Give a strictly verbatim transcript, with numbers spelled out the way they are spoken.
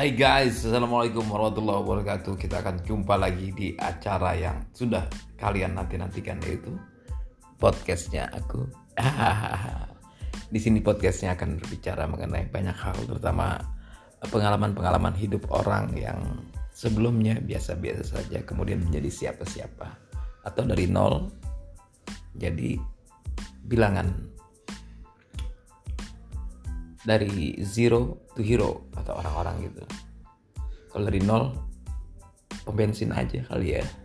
Hai guys, Assalamualaikum warahmatullahi wabarakatuh. Kita akan jumpa lagi di acara yang sudah kalian nanti-nantikan, yaitu podcastnya aku. Di sini podcastnya akan berbicara mengenai banyak hal, terutama pengalaman-pengalaman hidup orang yang sebelumnya biasa-biasa saja, kemudian menjadi siapa-siapa, atau dari nol jadi bilangan, dari zero to hero atau orang-orang gitu. Kalau dari nol pembensin aja kali ya.